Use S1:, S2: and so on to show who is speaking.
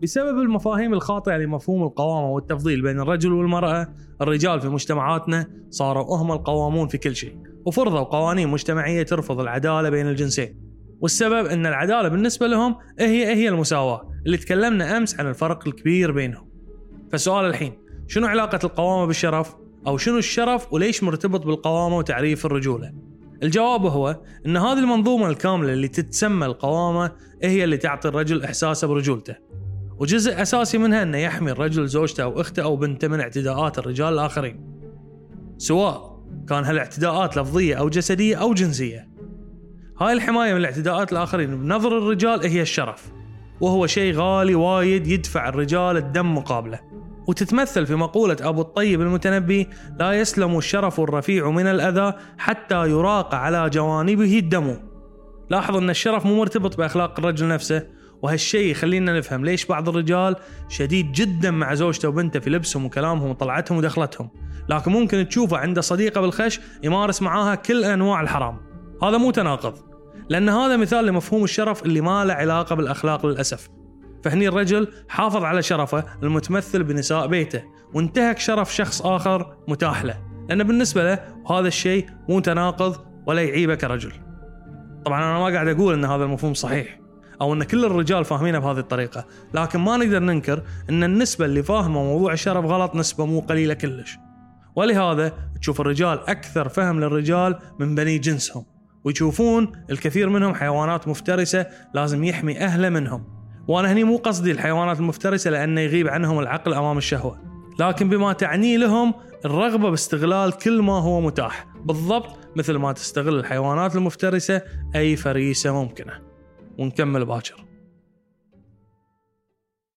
S1: بسبب المفاهيم الخاطئة لمفهوم القوامة والتفضيل بين الرجل والمرأة، الرجال في مجتمعاتنا صاروا هم القوامون في كل شيء، وفرضوا قوانين مجتمعية ترفض العدالة بين الجنسين. والسبب أن العدالة بالنسبة لهم هي المساواة اللي تكلمنا أمس عن الفرق الكبير بينهم. فالسؤال الحين، شنو علاقة القوامة بالشرف؟ أو شنو الشرف وليش مرتبط بالقوامة وتعريف الرجولة؟ الجواب هو أن هذه المنظومة الكاملة اللي تتسمى القوامة هي اللي تعطي الرجل إحساسه برجولته، وجزء أساسي منها أنه يحمي الرجل زوجته أو أخته أو بنته من اعتداءات الرجال الآخرين، سواء كان هالاعتداءات لفظية أو جسدية أو جنسية. هاي الحماية من الاعتداءات الآخرين بنظر الرجال هي الشرف، وهو شيء غالي وايد يدفع الرجال الدم مقابله، وتتمثل في مقولة أبو الطيب المتنبي: لا يسلم الشرف الرفيع من الأذى حتى يراق على جوانبه الدم. لاحظ أن الشرف مو مرتبط بأخلاق الرجل نفسه، وهالشيء يخلينا نفهم ليش بعض الرجال شديد جدا مع زوجته وبنته في لبسهم وكلامهم وطلعتهم ودخلتهم، لكن ممكن تشوفه عنده صديقة بالخش يمارس معاها كل أنواع الحرام. هذا مو تناقض، لأن هذا مثال لمفهوم الشرف اللي ما له علاقة بالأخلاق للأسف. فهني الرجل حافظ على شرفه المتمثل بنساء بيته، وانتهك شرف شخص آخر متاح له، لأن بالنسبة له هذا الشيء مو تناقض ولا يعيبه كرجل. طبعا أنا ما قاعد أقول أن هذا المفهوم صحيح أو أن كل الرجال فاهمينه بهذه الطريقة، لكن ما نقدر ننكر أن النسبة اللي فاهمة موضوع الشرف غلط نسبة مو قليلة كلش. ولهذا تشوف الرجال أكثر فهم للرجال من بني جنسهم، ويشوفون الكثير منهم حيوانات مفترسة لازم يحمي أهله منهم. وأنا هني مو قصدي الحيوانات المفترسة لأنه يغيب عنهم العقل أمام الشهوة، لكن بما تعني لهم الرغبة باستغلال كل ما هو متاح، بالضبط مثل ما تستغل الحيوانات المفترسة أي فريسة ممكنة. ونكمل باكر.